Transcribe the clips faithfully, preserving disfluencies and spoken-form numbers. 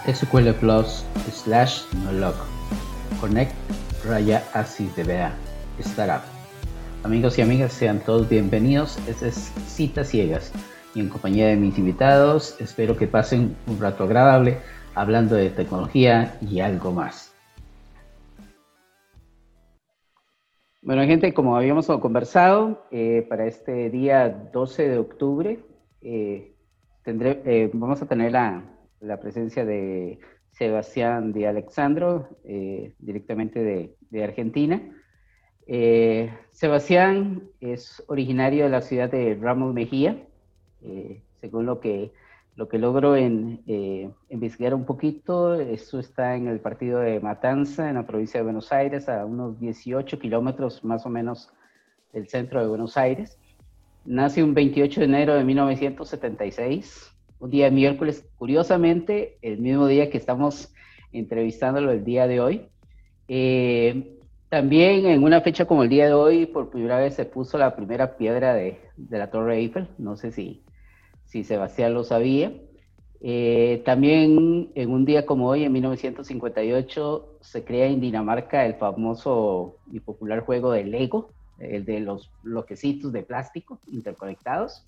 S Q L Plus slash nolog. Connect raya Asis D B A Startup. Amigos y amigas, sean todos bienvenidos. Este es Citas Ciegas y en compañía de mis invitados espero que pasen un rato agradable hablando de tecnología y algo más. Bueno, gente, como habíamos conversado, eh, para este día doce de octubre eh, tendré, eh, vamos a tener la, la presencia de Sebastián de Alexandro, eh, directamente de, de Argentina. Eh, Sebastián es originario de la ciudad de Ramos Mejía, eh, según lo que, lo que logro en, eh, investigar un poquito. Esto está en el partido de Matanza, en la provincia de Buenos Aires, a unos dieciocho kilómetros más o menos del centro de Buenos Aires. Nace un veintiocho de enero de mil novecientos setenta y seis, un día de miércoles, curiosamente, el mismo día que estamos entrevistándolo el día de hoy. Eh, También en una fecha como el día de hoy, por primera vez se puso la primera piedra de, de la Torre Eiffel. No sé si, si Sebastián lo sabía. Eh, también en un día como hoy, en mil novecientos cincuenta y ocho, se crea en Dinamarca el famoso y popular juego de Lego, el de los bloquecitos de plástico interconectados.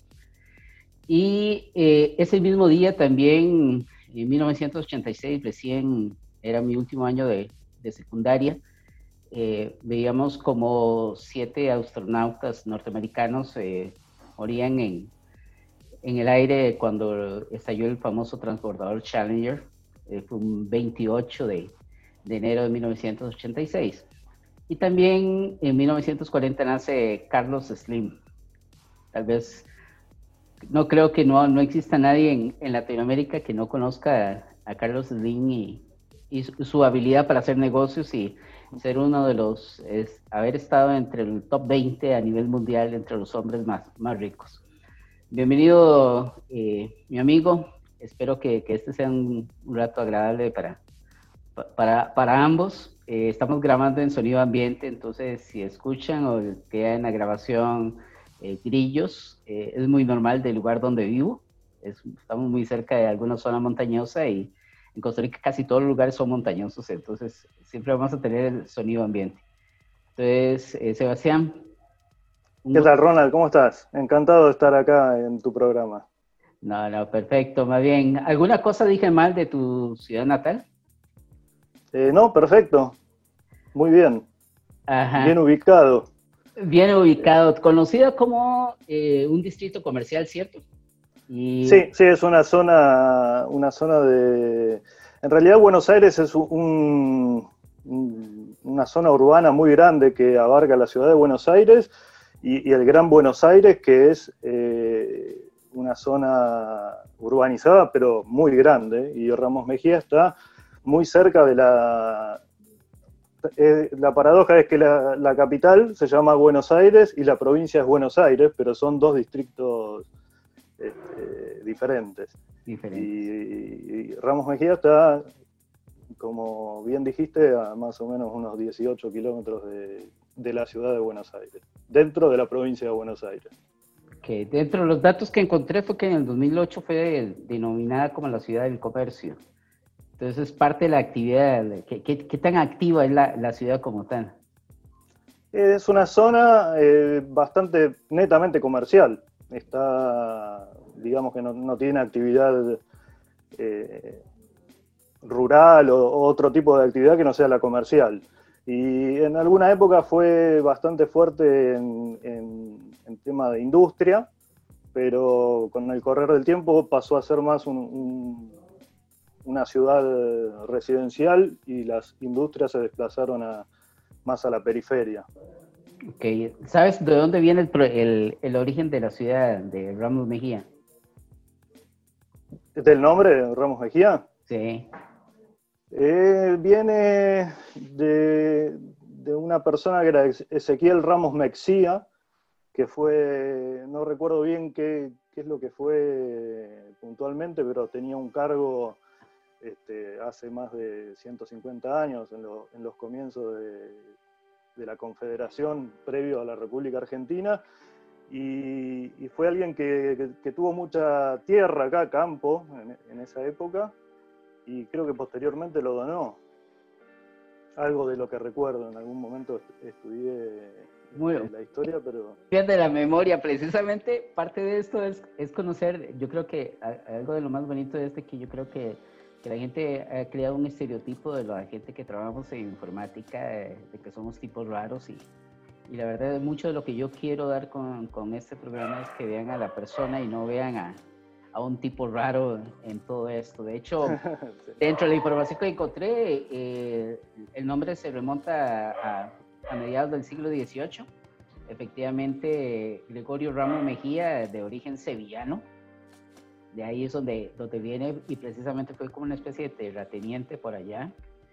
Y eh, ese mismo día también, en mil novecientos ochenta y seis, recién era mi último año de, de secundaria, eh, veíamos como siete astronautas norteamericanos eh, morían en, en el aire cuando estalló el famoso transbordador Challenger. Eh, fue un veintiocho de, de enero de mil novecientos ochenta y seis. Y también en mil novecientos cuarenta nace Carlos Slim. Tal vez, no creo que no, no exista nadie en, en Latinoamérica que no conozca a, a Carlos Slim y, y su, su habilidad para hacer negocios y ser uno de los, es, haber estado entre el top veinte a nivel mundial entre los hombres más, más ricos. Bienvenido, eh, mi amigo. Espero que, que este sea un, un rato agradable para, para, para ambos. Eh, estamos grabando en sonido ambiente, entonces si escuchan o queda en la grabación eh, grillos, eh, es muy normal del lugar donde vivo. Es, estamos muy cerca de alguna zona montañosa y en Costa Rica casi todos los lugares son montañosos, entonces siempre vamos a tener el sonido ambiente. Entonces, eh, Sebastián. ¿Qué tal, Ronald? ¿Cómo estás? Encantado de estar acá en tu programa. No, no, perfecto, más bien. ¿Alguna cosa dije mal de tu ciudad natal? Eh, no, perfecto. Muy bien. Bien Ajá. ubicado. Bien Eh, ubicado, conocida como eh, un distrito comercial, ¿cierto? Y, sí, sí, es una zona, una zona de... En realidad Buenos Aires es un, un, una zona urbana muy grande que abarca la ciudad de Buenos Aires y, y el Gran Buenos Aires, que es eh, una zona urbanizada pero muy grande. Y Ramos Mejía está muy cerca de la... Eh, la paradoja es que la, la capital se llama Buenos Aires y la provincia es Buenos Aires, pero son dos distritos este, diferentes. Y, diferentes. y Ramos Mejía está, como bien dijiste, a más o menos unos dieciocho kilómetros de, de la ciudad de Buenos Aires, dentro de la provincia de Buenos Aires. Que dentro de los datos que encontré fue que en el dos mil ocho fue denominada como la ciudad del comercio. Entonces es parte de la actividad. ¿Qué, qué, qué tan activa es la, la ciudad como tal? Es una zona eh, bastante netamente comercial. Está, digamos que no, no tiene actividad eh, rural o, o otro tipo de actividad que no sea la comercial. Y en alguna época fue bastante fuerte en, en, en tema de industria, pero con el correr del tiempo pasó a ser más un, un, una ciudad residencial y las industrias se desplazaron a, más a la periferia. Okay. ¿Sabes de dónde viene el, el, el origen de la ciudad de Ramos Mejía? ¿Del nombre Ramos Mejía? Sí. Eh, viene de, de una persona que era Ezequiel Ramos Mexía, que fue, no recuerdo bien qué, qué es lo que fue puntualmente, pero tenía un cargo este, hace más de ciento cincuenta años, en, lo, en los comienzos de, de la Confederación, previo a la República Argentina, y, y fue alguien que, que, que tuvo mucha tierra acá, campo, en, en esa época, y creo que posteriormente lo donó. Algo de lo que recuerdo, en algún momento estudié Bueno, la historia, pero... de la memoria, precisamente parte de esto es, es conocer, yo creo que algo de lo más bonito de este que yo creo que, que la gente ha creado un estereotipo de la gente que trabajamos en informática, de, de que somos tipos raros y, y la verdad mucho de lo que yo quiero dar con, con este programa es que vean a la persona y no vean a, a un tipo raro en todo esto. De hecho, sí. Dentro de la información que encontré, eh, el nombre se remonta a, a mediados del siglo dieciocho. Efectivamente, Gregorio Ramos Mejía, de origen sevillano, de ahí es donde, donde viene y precisamente fue como una especie de terrateniente por allá.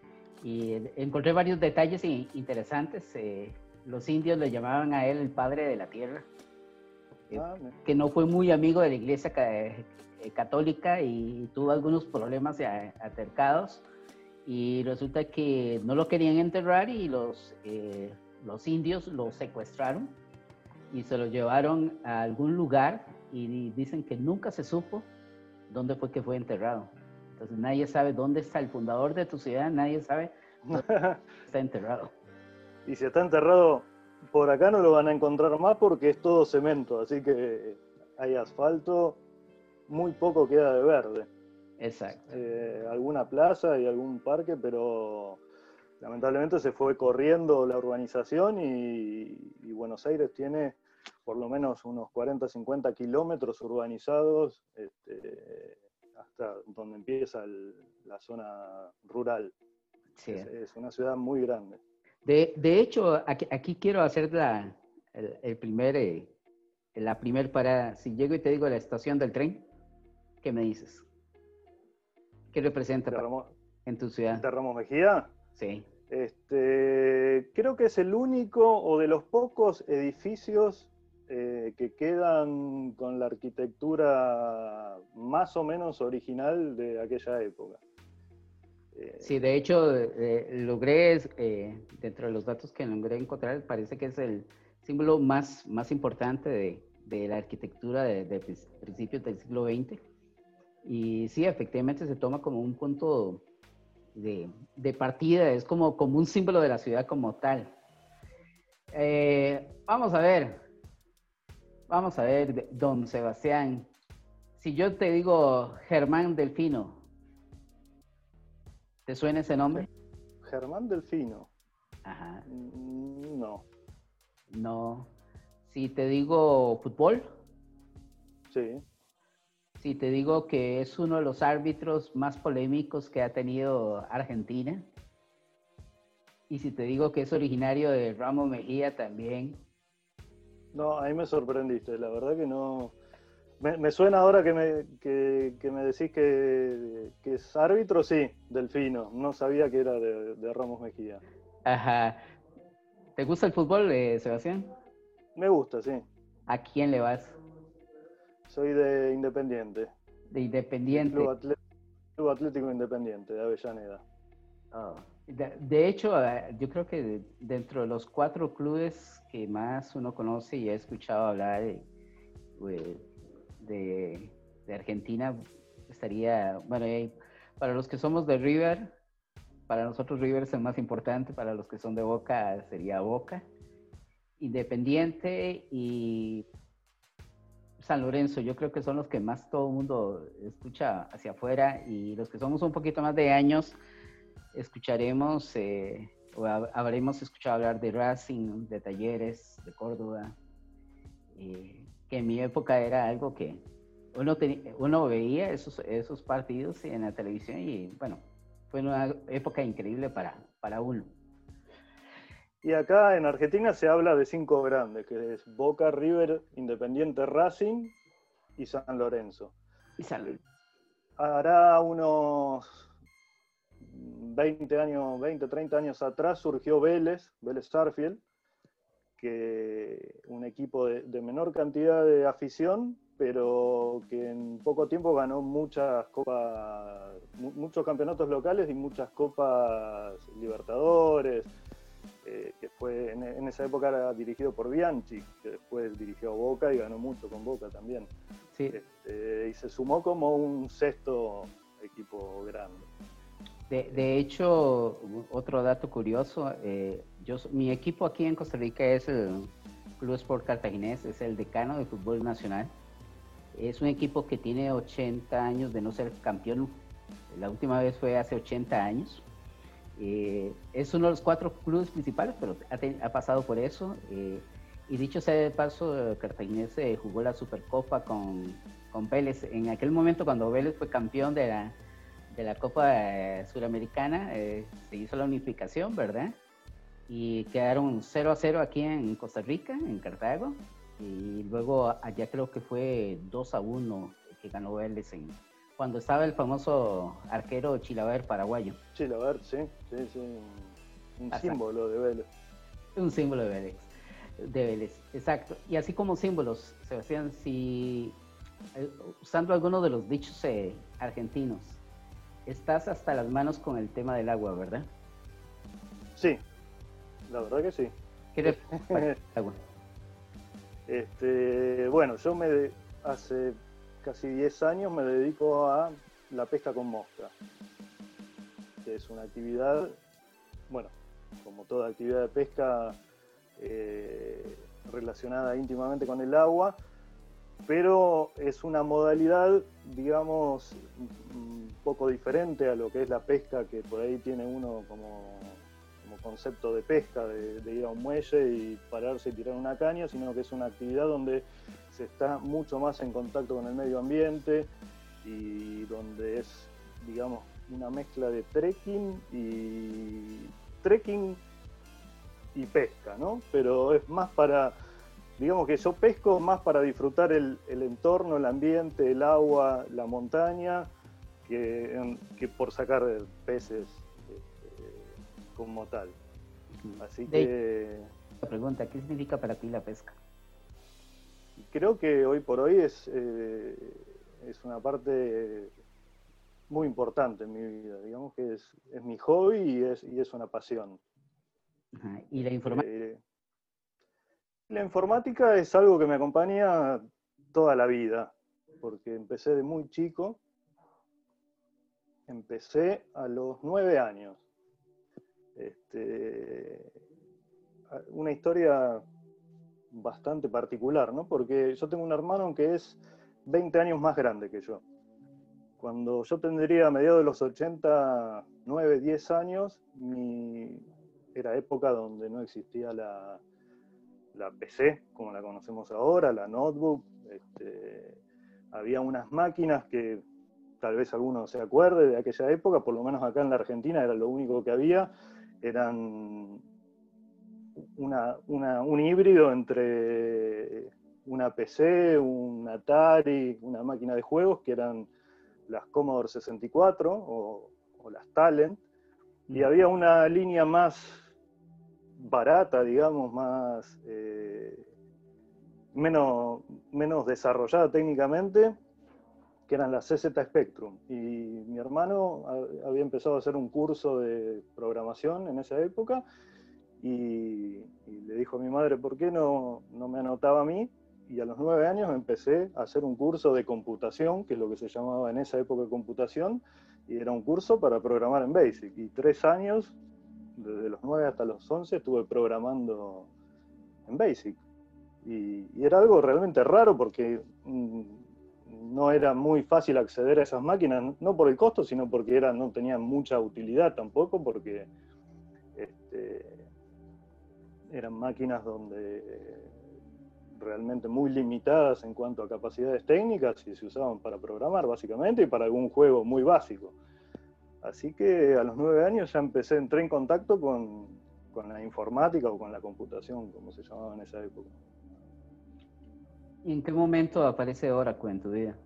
Y encontré varios detalles interesantes. Eh, los indios le llamaban a él el padre de la tierra, eh, ah, que no fue muy amigo de la iglesia católica y tuvo algunos problemas altercados. Y resulta que no lo querían enterrar y los... Eh, los indios lo secuestraron y se lo llevaron a algún lugar y dicen que nunca se supo dónde fue que fue enterrado. Entonces nadie sabe dónde está el fundador de tu ciudad, nadie sabe dónde está enterrado. Y si está enterrado por acá no lo van a encontrar más porque es todo cemento, así que hay asfalto, muy poco queda de verde. Exacto. Eh, alguna plaza y algún parque, pero... lamentablemente se fue corriendo la urbanización y, y Buenos Aires tiene por lo menos unos cuarenta, cincuenta kilómetros urbanizados este, hasta donde empieza el, la zona rural. Sí. Es, es una ciudad muy grande. De, de hecho, aquí, aquí quiero hacer la, el, el primer, eh, la primer parada. Si llego y te digo la estación del tren, ¿qué me dices? ¿Qué representa Ramos, en tu ciudad? ¿De Ramos Mejía? Sí. Este, creo que es el único o de los pocos edificios eh, que quedan con la arquitectura más o menos original de aquella época. Eh, sí, de hecho, eh, logré, eh, dentro de los datos que logré encontrar, parece que es el símbolo más, más importante de, de la arquitectura de, de principios del siglo veinte. Y sí, efectivamente se toma como un punto de, de partida, es como, como un símbolo de la ciudad como tal. Eh, vamos a ver, vamos a ver, don Sebastián, si yo te digo Germán Delfino, ¿te suena ese nombre? Germán Delfino. Ajá. No. No. Si te digo fútbol. Sí. Si te digo que es uno de los árbitros más polémicos que ha tenido Argentina. Y si te digo que es originario de Ramos Mejía también. No, ahí me sorprendiste, la verdad que no... Me, me suena ahora que me, que, que me decís que, que es árbitro, sí, Delfino. No sabía que era de, de Ramos Mejía. Ajá. ¿Te gusta el fútbol, eh, Sebastián? Me gusta, sí. ¿A quién le vas? Soy de Independiente. De Independiente. Club, Atlet Club Atlético Independiente, de Avellaneda. Oh. De, de hecho, yo creo que dentro de los cuatro clubes que más uno conoce y he escuchado hablar de, de, de Argentina, estaría, bueno, para los que somos de River, para nosotros River es el más importante, para los que son de Boca sería Boca, Independiente y San Lorenzo. Yo creo que son los que más todo el mundo escucha hacia afuera, y los que somos un poquito más de años escucharemos eh, o habremos escuchado hablar de Racing, de Talleres, de Córdoba, eh, que en mi época era algo que uno, tenía, uno veía esos, esos partidos en la televisión y bueno, fue una época increíble para, para uno. Y acá en Argentina se habla de cinco grandes, que es Boca, River, Independiente, Racing y San Lorenzo. Y San Lorenzo. Hará unos veinte años, veinte, treinta años atrás surgió Vélez, Vélez Sarsfield, que un equipo de, de menor cantidad de afición, pero que en poco tiempo ganó muchas copas, muchos campeonatos locales y muchas copas Libertadores, eh, que fue en, en esa época era dirigido por Bianchi, que después dirigió Boca y ganó mucho con Boca también. Sí. Este, y se sumó como un sexto equipo grande. De, de hecho, otro dato curioso, eh, yo, mi equipo aquí en Costa Rica es el Club Sport Cartaginés, es el decano de fútbol nacional. Es un equipo que tiene ochenta años de no ser campeón. La última vez fue hace ochenta años. Eh, es uno de los cuatro clubes principales, pero ha, ten, ha pasado por eso. Eh, y dicho sea de paso, Cartaginés eh, jugó la Supercopa con, con Vélez. En aquel momento, cuando Vélez fue campeón de la, de la Copa eh, Suramericana, eh, se hizo la unificación, ¿verdad? Y quedaron cero a cero aquí en Costa Rica, en Cartago. Y luego allá creo que fue dos a uno que ganó Vélez en, cuando estaba el famoso arquero Chilaver paraguayo. Chilaver, sí, sí, sí, un, un símbolo de Vélez. Un símbolo de Vélez, de Vélez, exacto. Y así como símbolos, Sebastián, si eh, usando algunos de los dichos eh, argentinos, estás hasta las manos con el tema del agua, ¿verdad? Sí, la verdad que sí. ¿Qué le pasa el agua? Este, bueno, yo me de, hace casi diez años me dedico a la pesca con mosca, que es una actividad, bueno, como toda actividad de pesca eh, relacionada íntimamente con el agua, pero es una modalidad, digamos, un poco diferente a lo que es la pesca que por ahí tiene uno como, como concepto de pesca, de, de ir a un muelle y pararse y tirar una caña, sino que es una actividad donde se está mucho más en contacto con el medio ambiente y donde es, digamos, una mezcla de trekking y trekking y pesca, ¿no? Pero es más para, digamos que yo pesco más para disfrutar el, el entorno, el ambiente, el agua, la montaña, que, que por sacar peces eh, como tal. Así que... La pregunta, ¿qué significa para ti la pesca? Creo que hoy por hoy es, eh, es una parte muy importante en mi vida. Digamos que es, es mi hobby y es, y es una pasión. Ajá. ¿Y la informática? Eh, la informática es algo que me acompaña toda la vida, porque empecé de muy chico. Empecé a los nueve años. Este, una historia bastante particular, ¿no? Porque yo tengo un hermano que es veinte años más grande que yo. Cuando yo tendría a mediados de los ochenta, nueve, diez años, mi... era época donde no existía la, la P C, como la conocemos ahora, la notebook. Este, había unas máquinas que tal vez alguno se acuerde de aquella época, por lo menos acá en la Argentina era lo único que había, eran una, una, un híbrido entre una P C, un Atari, una máquina de juegos, que eran las Commodore sesenta y cuatro o, o las Talent, y había una línea más barata, digamos, más eh, menos, menos desarrollada técnicamente, que eran las C Z Spectrum. Y mi hermano había empezado a hacer un curso de programación en esa época, y, y le dijo a mi madre, ¿por qué no, no me anotaba a mí? Y a los nueve años empecé a hacer un curso de computación, que es lo que se llamaba en esa época computación, y era un curso para programar en BASIC. Y tres años, desde los nueve hasta los once, estuve programando en BASIC. Y, y era algo realmente raro porque mmm, no era muy fácil acceder a esas máquinas, no por el costo, sino porque era, no tenían mucha utilidad tampoco, porque este, eran máquinas donde realmente muy limitadas en cuanto a capacidades técnicas y se usaban para programar básicamente y para algún juego muy básico. Así que a los nueve años ya empecé, entré en contacto con, con la informática o con la computación, como se llamaba en esa época. ¿Y en qué momento aparece Oracle en tu vida?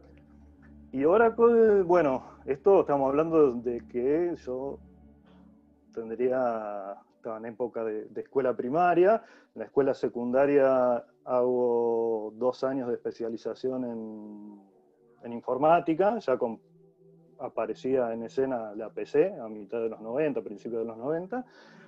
Y Oracle, bueno, esto estamos hablando de que yo tendría, estaba en época de, de escuela primaria, en la escuela secundaria hago dos años de especialización en, en informática, ya con, aparecía en escena la P C a mitad de los noventa, principios de los noventa,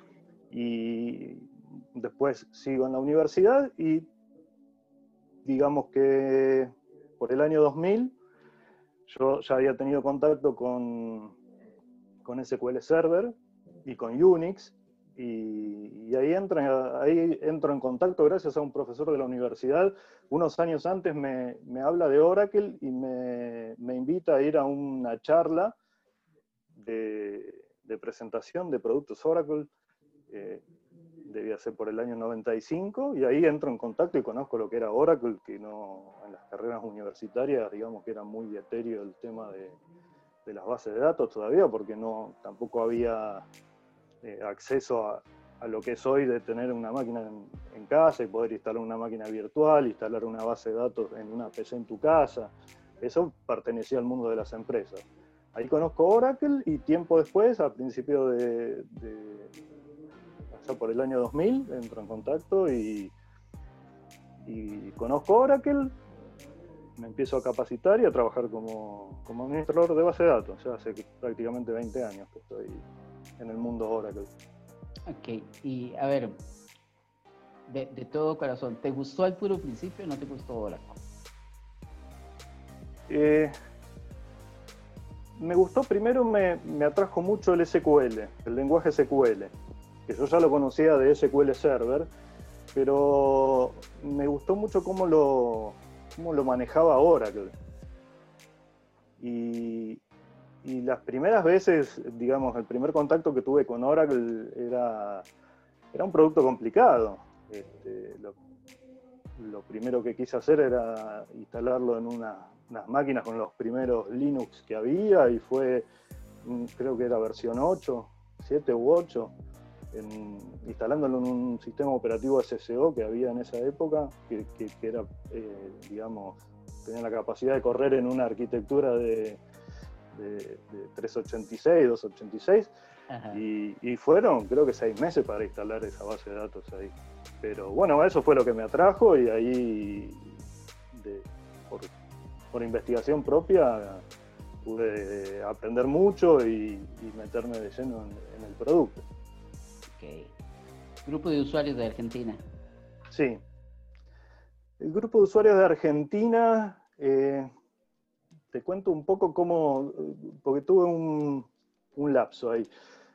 y después sigo en la universidad y digamos que por el año dos mil yo ya había tenido contacto con, con S Q L Server y con Unix, y, y ahí, entra, ahí entro en contacto gracias a un profesor de la universidad. Unos años antes me, me habla de Oracle y me, me invita a ir a una charla de, de presentación de productos Oracle, eh, debía ser por el año noventa y cinco, y ahí entro en contacto y conozco lo que era Oracle, que no, en las carreras universitarias, digamos que era muy etéreo el tema de, de las bases de datos todavía, porque no, tampoco había eh, acceso a, a lo que es hoy de tener una máquina en, en casa y poder instalar una máquina virtual, instalar una base de datos en una P C en tu casa. Eso pertenecía al mundo de las empresas. Ahí conozco Oracle y tiempo después, a principio de, de allá por el año dos mil, entro en contacto y, y conozco Oracle, me empiezo a capacitar y a trabajar como, como administrador de base de datos. Ya hace prácticamente veinte años que estoy en el mundo Oracle. Ok, y a ver, de, de todo corazón, ¿te gustó al puro principio o no te gustó Oracle? Eh, me gustó, primero me, me atrajo mucho el S Q L, el lenguaje S Q L, que yo ya lo conocía de S Q L Server, pero me gustó mucho cómo lo, cómo lo manejaba Oracle. Y, y las primeras veces, digamos, el primer contacto que tuve con Oracle era, era un producto complicado. Este, lo, lo primero que quise hacer era instalarlo en una, unas máquinas con los primeros Linux que había, y fue, creo que era versión ocho, siete u ocho, en, instalándolo en un sistema operativo S S O que había en esa época, que, que, que era, eh, digamos, tenía la capacidad de correr en una arquitectura de, de, de trescientos ochenta y seis, doscientos ochenta y seis, y, y fueron creo que seis meses para instalar esa base de datos ahí. Pero bueno, eso fue lo que me atrajo, y ahí, de, por, por investigación propia, pude aprender mucho y, y meterme de lleno en, en el producto. Ok. Grupo de usuarios de Argentina. Sí. El grupo de usuarios de Argentina, eh, te cuento un poco cómo, porque tuve un, un lapso ahí.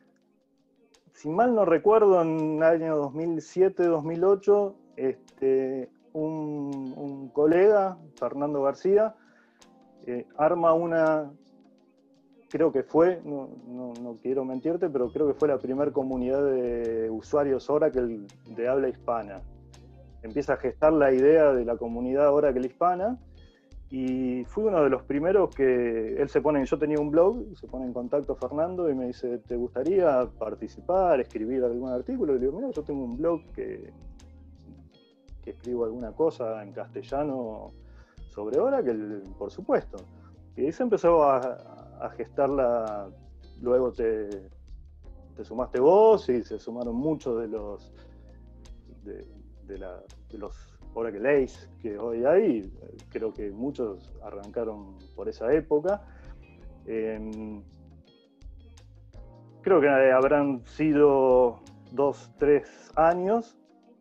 Si mal no recuerdo, en el año dos mil siete, dos mil ocho, este, un, un colega, Fernando García, eh, arma una, creo que fue, no, no, no quiero mentirte, pero creo que fue la primera comunidad de usuarios Oracle de habla hispana. Empieza a gestar la idea de la comunidad Oracle hispana, y fui uno de los primeros que él se pone, yo tenía un blog, se pone en contacto Fernando y me dice, ¿te gustaría participar, escribir algún artículo? Y le digo, mira, yo tengo un blog que, que escribo alguna cosa en castellano sobre Oracle, por supuesto. Y ahí se empezó a, a gestar la... Luego te, te sumaste vos y se sumaron muchos de los... De, de, la, de los Oracle Ace que hoy hay. Creo que muchos arrancaron por esa época. Eh, creo que habrán sido dos, tres años,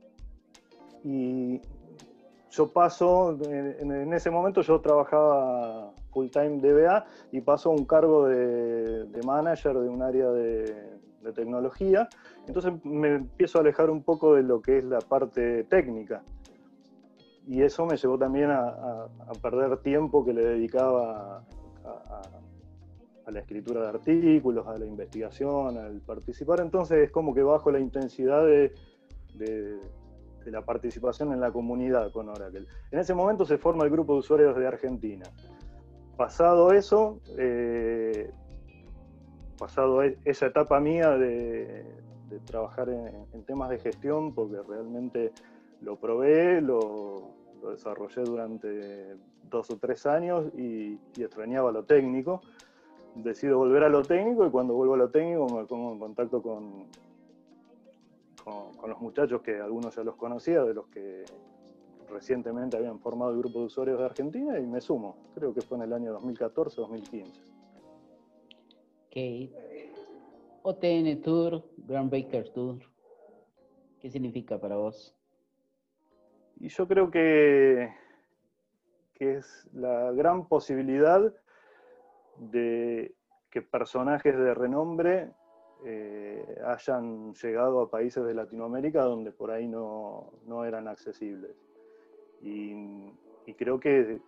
y yo paso, en, en ese momento yo trabajaba full time D B A y paso a un cargo de, de manager de un área de, de tecnología. Entonces me empiezo a alejar un poco de lo que es la parte técnica, y eso me llevó también a, a, a perder tiempo que le dedicaba a, a, a la escritura de artículos, a la investigación, al participar. Entonces es como que bajo la intensidad de, de, de la participación en la comunidad con Oracle. En ese momento se forma el grupo de usuarios de Argentina. Pasado eso, eh, pasado esa etapa mía de, de trabajar en, en temas de gestión, porque realmente lo probé, lo, lo desarrollé durante dos o tres años y, y extrañaba lo técnico. Decido volver a lo técnico, y cuando vuelvo a lo técnico me pongo en contacto con, con, con los muchachos que algunos ya los conocía, de los que recientemente habían formado el grupo de usuarios de Argentina, y me sumo. Creo que fue en el año dos mil catorce, dos mil quince. Ok. O T N Tour, Grand Baker Tour. ¿Qué significa para vos? Y yo creo que, que es la gran posibilidad de que personajes de renombre eh, hayan llegado a países de Latinoamérica donde por ahí no, no eran accesibles. Y, y creo que,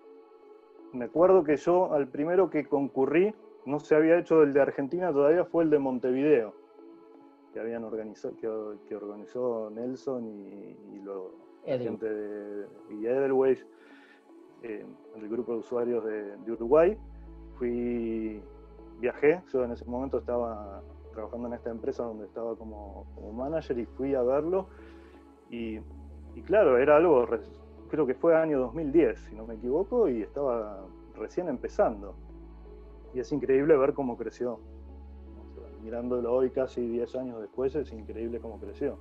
me acuerdo que yo al primero que concurrí, no se había hecho el de Argentina todavía, fue el de Montevideo, que habían organizado, que, que organizó Nelson y, y lo, la gente de y Edelweiss, eh, el grupo de usuarios de, de Uruguay. Fui, viajé, yo en ese momento estaba trabajando en esta empresa donde estaba como, como manager, y fui a verlo, y, y claro, era algo, creo que fue año dos mil diez, si no me equivoco, y estaba recién empezando. Y es increíble ver cómo creció. O sea, mirándolo hoy, casi diez años después, es increíble cómo creció.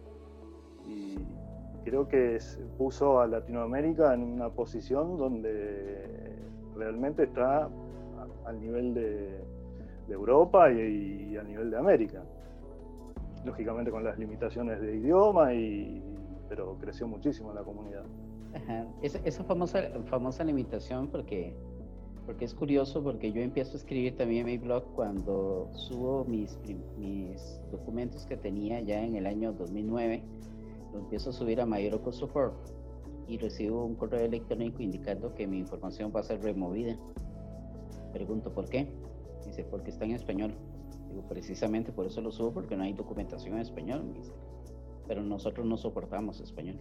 Y creo que puso a Latinoamérica en una posición donde realmente está al nivel de, de Europa y, y al nivel de América. Lógicamente con las limitaciones de idioma, y, pero creció muchísimo la comunidad. Ajá. Esa, esa famosa, famosa limitación, porque, porque es curioso, porque yo empiezo a escribir también en mi blog cuando subo mis, mis documentos que tenía ya en el año dos mil nueve, lo empiezo a subir a Mayoroco Support y recibo un correo electrónico indicando que mi información va a ser removida. Pregunto por qué. Dice, porque está en español. Digo, precisamente por eso lo subo, porque no hay documentación en español. Dice, pero nosotros no soportamos español.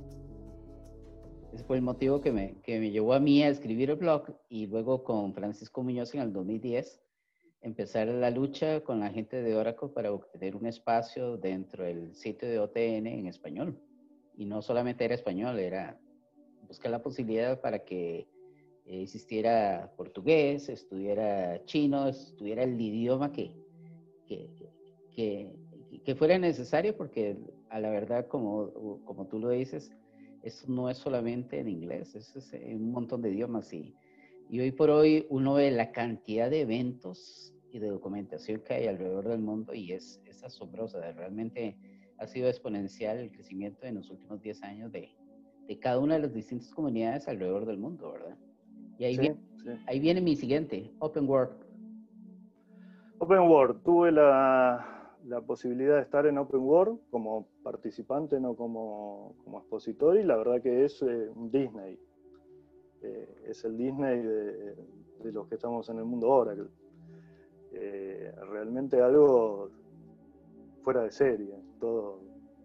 Ese fue el motivo que me, que me llevó a mí a escribir el blog, y luego con Francisco Muñoz en el dos mil diez empezar la lucha con la gente de Oracle para obtener un espacio dentro del sitio de O T N en español. Y no solamente era español, era buscar la posibilidad para que existiera portugués, estuviera chino, estuviera el idioma que, que, que, que fuera necesario, porque a la verdad, como, como tú lo dices, eso no es solamente en inglés, eso es en un montón de idiomas. Y, y hoy por hoy uno ve la cantidad de eventos y de documentación que hay alrededor del mundo, y es, es asombrosa. Realmente ha sido exponencial el crecimiento en los últimos diez años de, de cada una de las distintas comunidades alrededor del mundo, ¿verdad? Y ahí, Sí, viene, sí. ahí viene mi siguiente, Open World. Open World, tuve la, la posibilidad de estar en Open World como participante, no como, como expositor, y la verdad que es eh, un Disney. Eh, es el Disney de, de los que estamos en el mundo Oracle. Eh, realmente algo fuera de serie. Todo,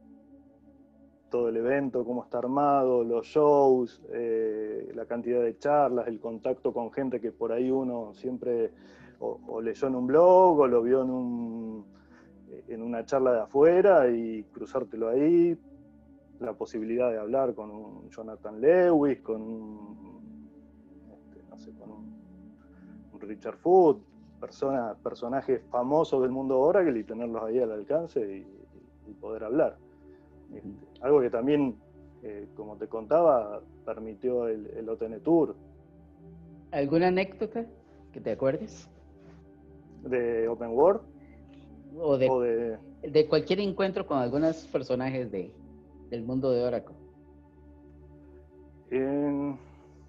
todo el evento, cómo está armado, los shows, eh, la cantidad de charlas, el contacto con gente que por ahí uno siempre o, o leyó en un blog o lo vio en, un, en una charla de afuera, y cruzártelo ahí, la posibilidad de hablar con un Jonathan Lewis, con un, este, no sé, con un, un Richard Foot, persona, personajes famosos del mundo Oracle, y tenerlos ahí al alcance y, y poder hablar. Este, algo que también, eh, como te contaba, permitió el, el O T N Tour. ¿Alguna anécdota que te acuerdes? ¿De Open World? O de, o de... de cualquier encuentro con algunos personajes de, del mundo de Oracle. En...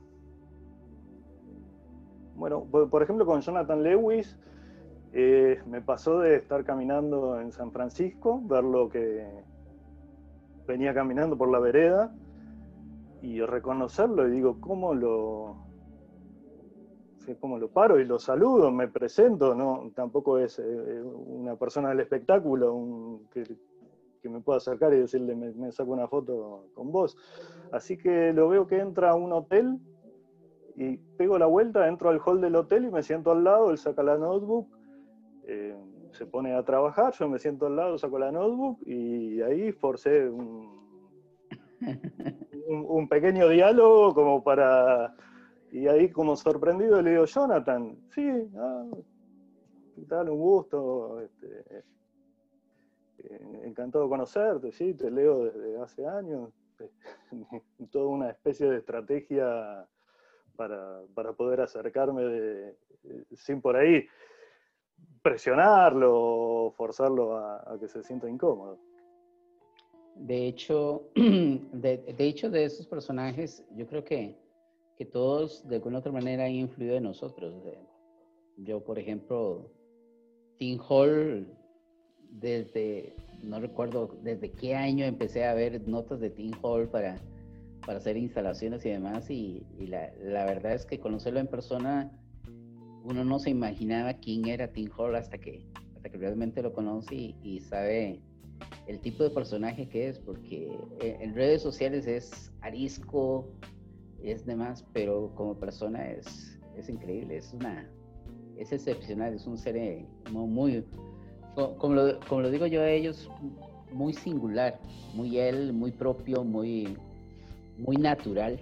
Bueno, por, por ejemplo, con Jonathan Lewis, eh, me pasó de estar caminando en San Francisco, verlo que venía caminando por la vereda, y reconocerlo, y digo, ¿cómo lo, cómo lo paro y lo saludo? Me presento, no, tampoco es eh, una persona del espectáculo un, que, que me pueda acercar y decirle, me, me saco una foto con vos. Así que lo veo que entra a un hotel, y pego la vuelta, entro al hall del hotel y me siento al lado, él saca la notebook, eh, se pone a trabajar, yo me siento al lado, saco la notebook, y ahí forcé un, un, un pequeño diálogo como para... Y ahí, como sorprendido, le digo, Jonathan, sí, ah, ¿qué tal? Un gusto, este, eh, encantado de conocerte, sí, te leo desde hace años. Toda una especie de estrategia para, para poder acercarme de, sin por ahí presionarlo o forzarlo a, a que se sienta incómodo. De hecho, de, de hecho, de esos personajes, yo creo que, que todos de alguna otra manera han influido en nosotros. Yo, por ejemplo, Tim Hall, desde, no recuerdo desde qué año empecé a ver notas de Tim Hall para, para hacer instalaciones y demás, y, y la, la verdad es que conocerlo en persona, uno no se imaginaba quién era Tim Hall hasta que, hasta que realmente lo conoce y, y sabe el tipo de personaje que es, porque en redes sociales es arisco, es demás, pero como persona es, es increíble, es una, es excepcional, es un ser muy, muy como, lo, como lo digo yo a ellos, muy singular, muy él, muy propio, muy, muy natural,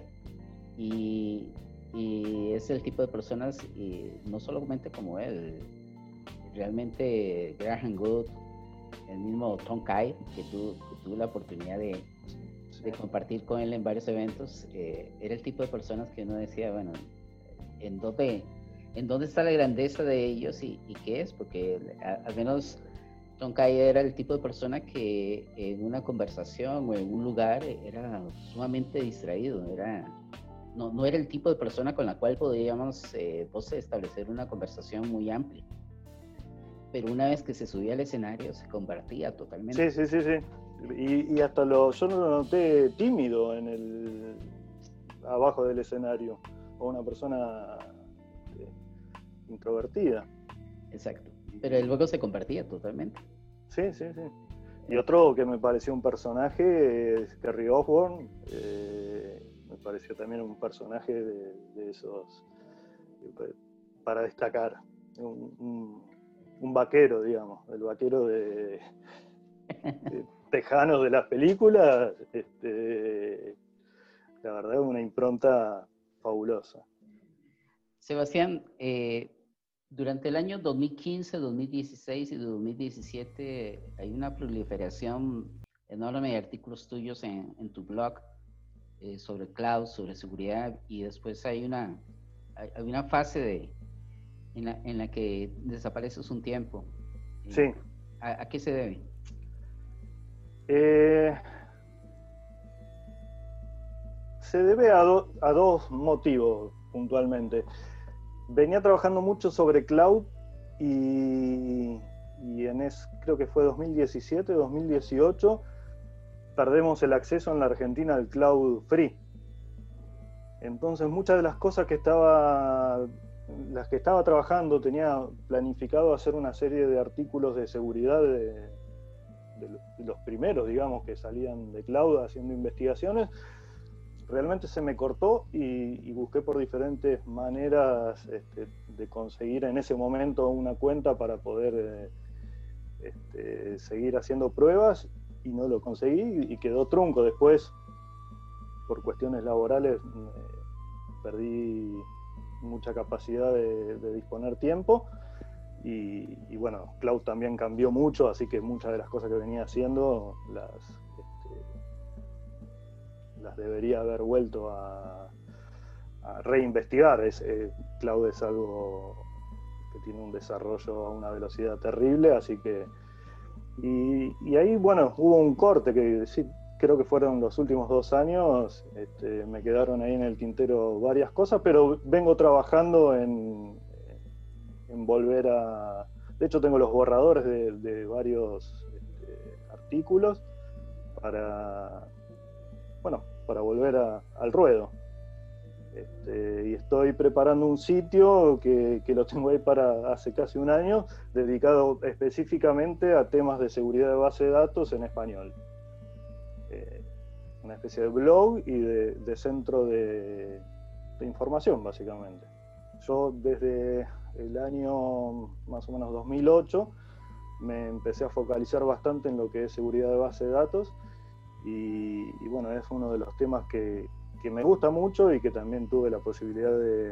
y, y es el tipo de personas, y no solamente como él, realmente Graham Good, el mismo Tom Kite, que, tu, que tuve la oportunidad de, de compartir con él en varios eventos, eh, era el tipo de personas que uno decía, bueno, ¿en dónde, en dónde está la grandeza de ellos y, y qué es? Porque a, al menos Tom Kite era el tipo de persona que en una conversación o en un lugar era sumamente distraído, era, no, no era el tipo de persona con la cual podríamos eh, pues, establecer una conversación muy amplia. Pero una vez que se subía al escenario se convertía totalmente. Sí, sí, sí, sí. Y, y hasta lo, yo no lo noté tímido en el abajo del escenario, o una persona eh, introvertida. Exacto. Pero luego se convertía totalmente. Sí, sí, sí. Y otro que me pareció un personaje es Kerry Osborne. Eh, me pareció también un personaje de, de esos eh, para destacar. Un, un, un vaquero, digamos, el vaquero de, de tejanos de las películas. Este, la verdad es una impronta fabulosa. Sebastián, eh, durante el año dos mil quince, dos mil dieciséis y dos mil diecisiete hay una proliferación enorme de artículos tuyos en, en tu blog eh, sobre cloud, sobre seguridad, y después hay una, hay, hay una fase de, en, la, en la que desapareces un tiempo. Eh, Sí. ¿a, ¿A qué se debe? Eh, se debe a, do, a dos motivos puntualmente. Venía trabajando mucho sobre cloud y, y en es, creo que fue dos mil diecisiete, dos mil dieciocho, perdemos el acceso en la Argentina al cloud free. Entonces muchas de las cosas que estaba, las que estaba trabajando, tenía planificado hacer una serie de artículos de seguridad de, de los primeros, digamos, que salían de cloud haciendo investigaciones. Realmente se me cortó y, y busqué por diferentes maneras este, de conseguir en ese momento una cuenta para poder eh, este, seguir haciendo pruebas y no lo conseguí y quedó trunco. Después, por cuestiones laborales, eh, perdí mucha capacidad de, de disponer tiempo y, y bueno, cloud también cambió mucho, así que muchas de las cosas que venía haciendo las... Este, las debería haber vuelto a, a reinvestigar. Es, eh, cloud es algo que tiene un desarrollo a una velocidad terrible, así que... Y, y ahí, bueno, hubo un corte que sí, creo que fueron los últimos dos años, este, me quedaron ahí en el tintero varias cosas, pero vengo trabajando en, en volver a... De hecho, tengo los borradores de, de varios este, artículos para... bueno, para volver a, al ruedo. Este, y estoy preparando un sitio que, que lo tengo ahí para hace casi un año, dedicado específicamente a temas de seguridad de base de datos en español. Eh, una especie de blog y de, de centro de, de información, básicamente. Yo desde el año más o menos dos mil ocho me empecé a focalizar bastante en lo que es seguridad de base de datos. Y, y bueno, es uno de los temas que, que me gusta mucho y que también tuve la posibilidad de,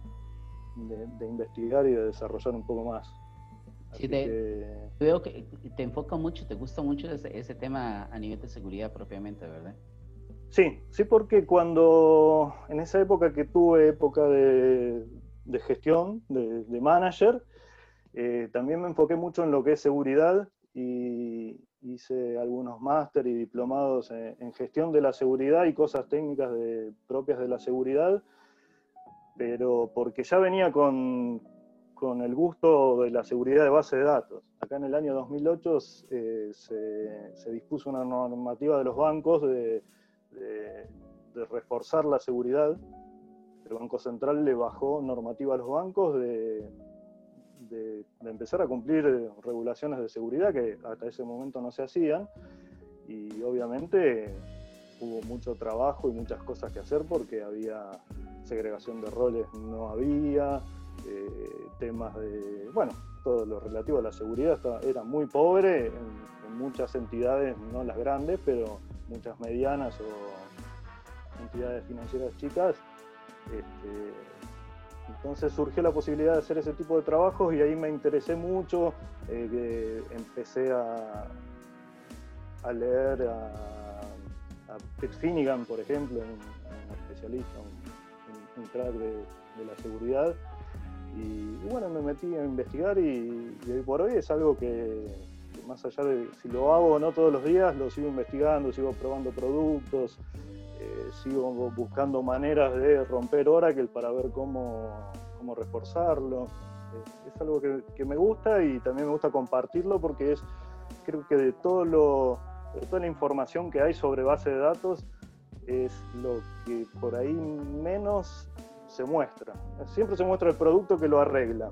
de, de investigar y de desarrollar un poco más. Así sí, te, que... veo que te enfoca mucho, te gusta mucho ese, ese tema a nivel de seguridad propiamente, ¿verdad? Sí, sí, porque cuando en esa época que tuve época de, de gestión, de, de manager, eh, también me enfoqué mucho en lo que es seguridad y hice algunos máster y diplomados en, en gestión de la seguridad y cosas técnicas de, propias de la seguridad, pero porque ya venía con, con el gusto de la seguridad de base de datos. Acá en el año dos mil ocho eh, se, se dispuso una normativa de los bancos de, de, de reforzar la seguridad. El Banco Central le bajó normativa a los bancos de, de, de empezar a cumplir regulaciones de seguridad que hasta ese momento no se hacían, y obviamente hubo mucho trabajo y muchas cosas que hacer porque había segregación de roles, no había, eh, temas de, bueno, todo lo relativo a la seguridad estaba, era muy pobre en, en muchas entidades, no las grandes, pero muchas medianas o entidades financieras chicas. Este, entonces surgió la posibilidad de hacer ese tipo de trabajos y ahí me interesé mucho, eh, que empecé a, a leer a, a Pete Finnegan, por ejemplo, un, un especialista, un, un, un crack de, de la seguridad, y, y bueno, me metí a investigar y, y hoy por hoy es algo que, que más allá de si lo hago o no todos los días, lo sigo investigando, sigo probando productos, eh, sigo buscando maneras de romper Oracle para ver cómo, cómo reforzarlo. Eh, es algo que, que me gusta y también me gusta compartirlo porque es, creo que de todo lo, de toda la información que hay sobre base de datos, es lo que por ahí menos se muestra. Siempre se muestra el producto que lo arregla,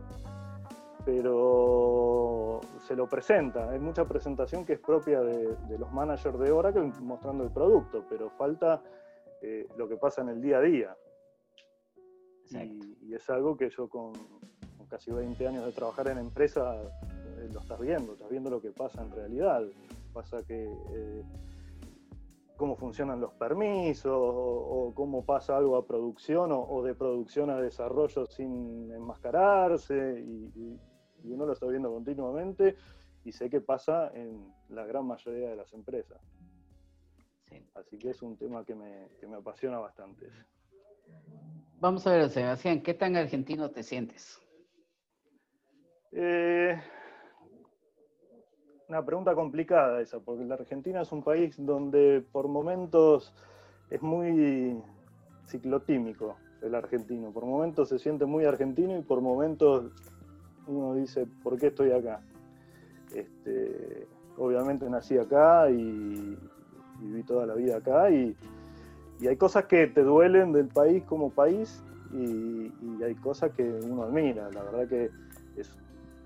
pero se lo presenta. Hay mucha presentación que es propia de, de los managers de Oracle mostrando el producto, pero falta eh, lo que pasa en el día a día. Y, y es algo que yo con, con casi veinte años de trabajar en empresa eh, lo estás viendo, estás viendo lo que pasa en realidad. Pasa que eh, cómo funcionan los permisos, o, o cómo pasa algo a producción, o, o de producción a desarrollo sin enmascararse, y, y, y uno lo está viendo continuamente, y sé que pasa en la gran mayoría de las empresas. Sí. Así que es un tema que me, que me apasiona bastante. Vamos a ver, Sebastián, ¿qué tan argentino te sientes? Eh... Una pregunta complicada esa, porque la Argentina es un país donde por momentos es muy ciclotímico el argentino. Por momentos se siente muy argentino y por momentos uno dice, ¿por qué estoy acá? Este, obviamente nací acá y, y viví toda la vida acá y, y hay cosas que te duelen del país como país y, y hay cosas que uno admira. La verdad que es...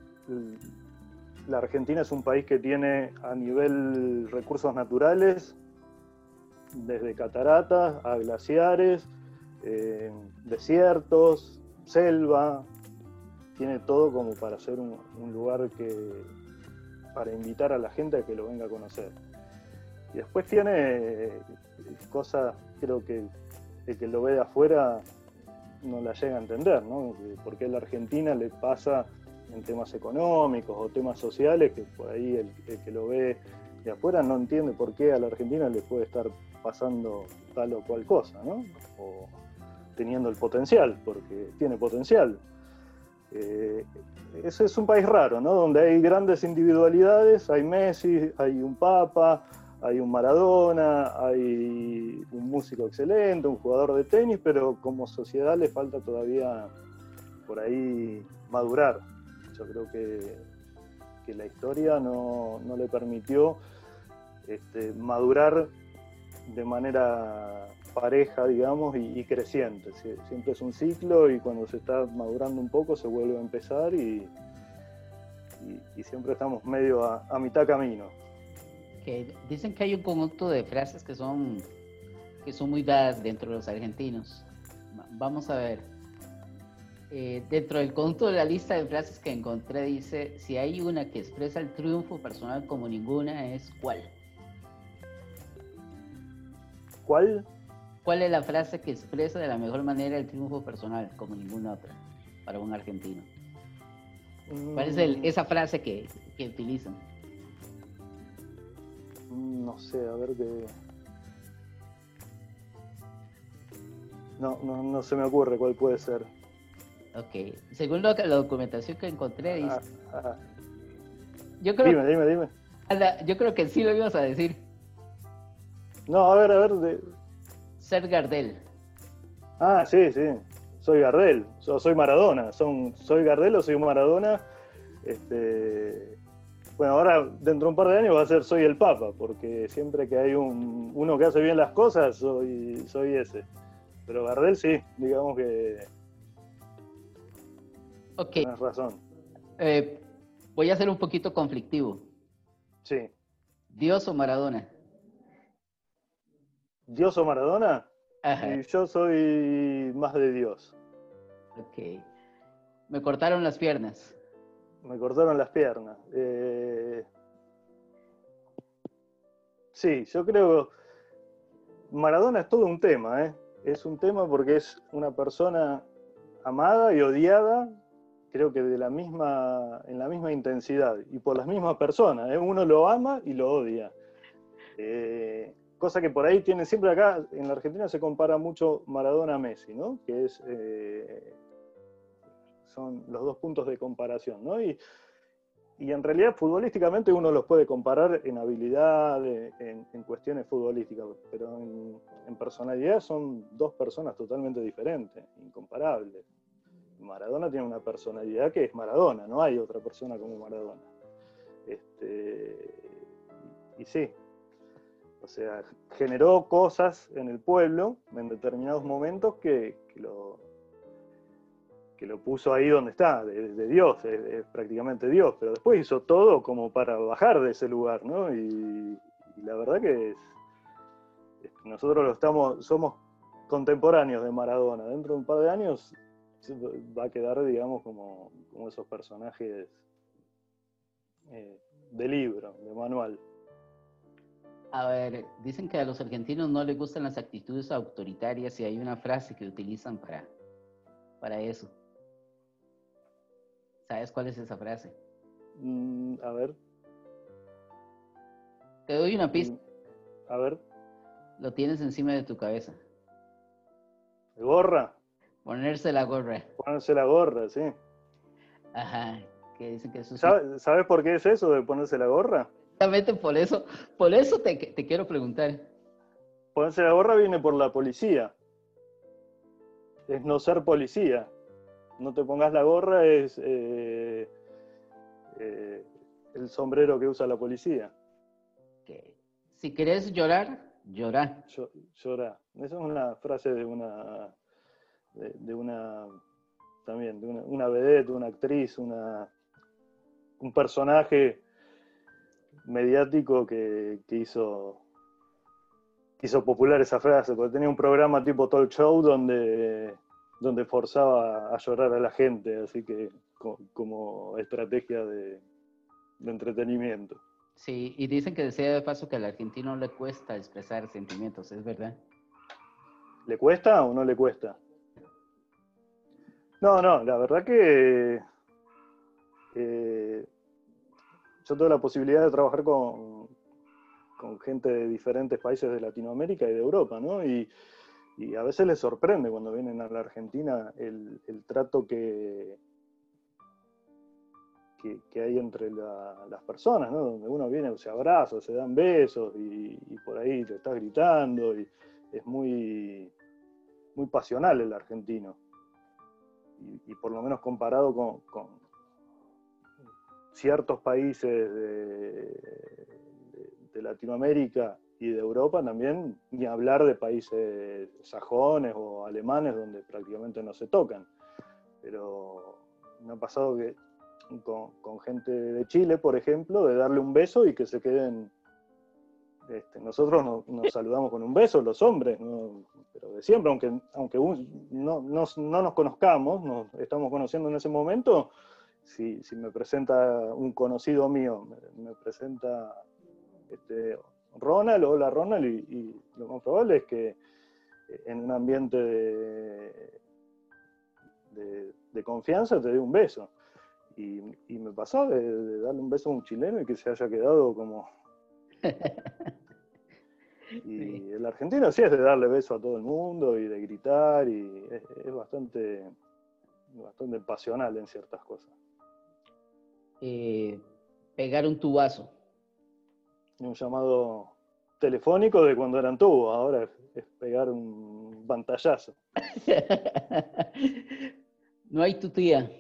La Argentina es un país que tiene a nivel recursos naturales, desde cataratas a glaciares, eh, desiertos, selva, tiene todo como para ser un, un lugar que, para invitar a la gente a que lo venga a conocer. Y después tiene eh, cosas, creo que el que lo ve de afuera no la llega a entender, ¿no? ¿Por qué a la Argentina le pasa en temas económicos o temas sociales, que por ahí el, el que lo ve de afuera no entiende por qué a la Argentina le puede estar pasando tal o cual cosa, ¿no? O teniendo el potencial, porque tiene potencial. Eh, ese es un país raro, ¿no? Donde hay grandes individualidades, hay Messi, hay un Papa, hay un Maradona, hay un músico excelente, un jugador de tenis, pero como sociedad le falta todavía por ahí madurar. Yo creo que, que la historia no, no le permitió este, madurar de manera pareja, digamos, y, y creciente. Siempre es un ciclo y cuando se está madurando un poco se vuelve a empezar y, y, y siempre estamos medio a, a mitad camino. Que dicen que hay un conjunto de frases que son, que son muy dadas dentro de los argentinos. Vamos a ver. Eh, dentro del conjunto de la lista de frases que encontré dice, si hay una que expresa el triunfo personal como ninguna, es ¿cuál? ¿Cuál? ¿Cuál es la frase que expresa de la mejor manera el triunfo personal como ninguna otra para un argentino? Mm. ¿Cuál es el, esa frase que, que utilizan? No sé, a ver qué... No, no, no se me ocurre cuál puede ser. Ok, según lo que, la documentación que encontré dice... Ah, ah. Yo creo dime, dime, dime. La, yo creo que sí lo ibas a decir. No, a ver, a ver. De... Ser Gardel. Ah, sí, sí. soy Gardel, yo soy Maradona, son, soy Gardel o soy Maradona. Este, bueno, ahora dentro de un par de años va a ser soy el Papa, porque siempre que hay un, uno que hace bien las cosas, soy, soy ese. Pero Gardel sí, digamos que Ok, tienes razón. eh, voy a ser un poquito conflictivo. Sí. ¿Dios o Maradona? ¿Dios o Maradona? Ajá, Y yo soy más de Dios. ok. Me cortaron las piernas. Me cortaron las piernas. Eh, sí, yo creo Maradona es todo un tema, ¿eh? Es un tema porque es una persona amada y odiada, creo que de la misma, en la misma intensidad y por las mismas personas, ¿eh? Uno lo ama y lo odia. Eh, cosa que por ahí tiene siempre acá, en la Argentina se compara mucho Maradona a Messi, ¿no? Que es, eh, son los dos puntos de comparación, ¿no? Y, y en realidad futbolísticamente uno los puede comparar en habilidad, en, en cuestiones futbolísticas, pero en, en personalidad son dos personas totalmente diferentes, incomparables. Maradona tiene una personalidad que es Maradona, no hay otra persona como Maradona. Este, y, y sí, o sea, generó cosas en el pueblo en determinados momentos que, que lo que lo puso ahí donde está, de, de Dios, es, es, prácticamente Dios, pero después hizo todo como para bajar de ese lugar, ¿no? Y, y la verdad que es, es, nosotros lo estamos, somos contemporáneos de Maradona, dentro de un par de años va a quedar, digamos, como, como esos personajes eh, de libro, de manual. A ver, dicen que a los argentinos no les gustan las actitudes autoritarias y hay una frase que utilizan para, para eso. ¿Sabes cuál es esa frase? Mm, a ver. Te doy una pista. A ver. Lo tienes encima de tu cabeza. ¿Gorra? Ponerse la gorra. Ponerse la gorra, sí. Ajá, que dicen que eso sí. ¿Sabes, ¿Sabes por qué es eso de ponerse la gorra? Exactamente por eso, por eso te, te quiero preguntar. Ponerse la gorra viene por la policía. Es no ser policía. No te pongas la gorra es eh, eh, el sombrero que usa la policía. Que si querés llorar, llorá. Llora. Esa es una frase de una, de, de una, también, de una, una vedette, una actriz, una, un personaje mediático que, que hizo, hizo popular esa frase, porque tenía un programa tipo talk show donde, donde forzaba a llorar a la gente, así que como, como estrategia de, de entretenimiento. Sí, y dicen que decía de paso que al argentino le cuesta expresar sentimientos, ¿es verdad? ¿Le cuesta o no le cuesta? No, no, la verdad que eh, yo tuve la posibilidad de trabajar con, con gente de diferentes países de Latinoamérica y de Europa, ¿no? Y, y a veces les sorprende cuando vienen a la Argentina el, el trato que, que, que hay entre la, las personas, ¿no? Donde uno viene, se abraza, se dan besos y, y por ahí te estás gritando y es muy, muy pasional el argentino. Y, y por lo menos comparado con, con ciertos países de, de, de Latinoamérica y de Europa también, ni hablar de países sajones o alemanes donde prácticamente no se tocan. Pero me ha pasado que con, con gente de Chile, por ejemplo, de darle un beso y que se queden... Este, nosotros nos, nos saludamos con un beso, los hombres, ¿no? Pero de siempre, aunque, aunque un, no, no, no nos conozcamos, nos estamos conociendo en ese momento, si, si me presenta un conocido mío, me, me presenta este, Ronald, hola Ronald, y, y lo más probable es que en un ambiente de, de, de confianza te dé un beso. Y, y me pasó de, de darle un beso a un chileno y que se haya quedado como... Y sí. El argentino sí es de darle beso a todo el mundo y de gritar, y es, es bastante, bastante pasional en ciertas cosas. Eh, pegar un tubazo. Un llamado telefónicos de cuando eran tubos, ahora es, es pegar un pantallazo. No hay tu tía.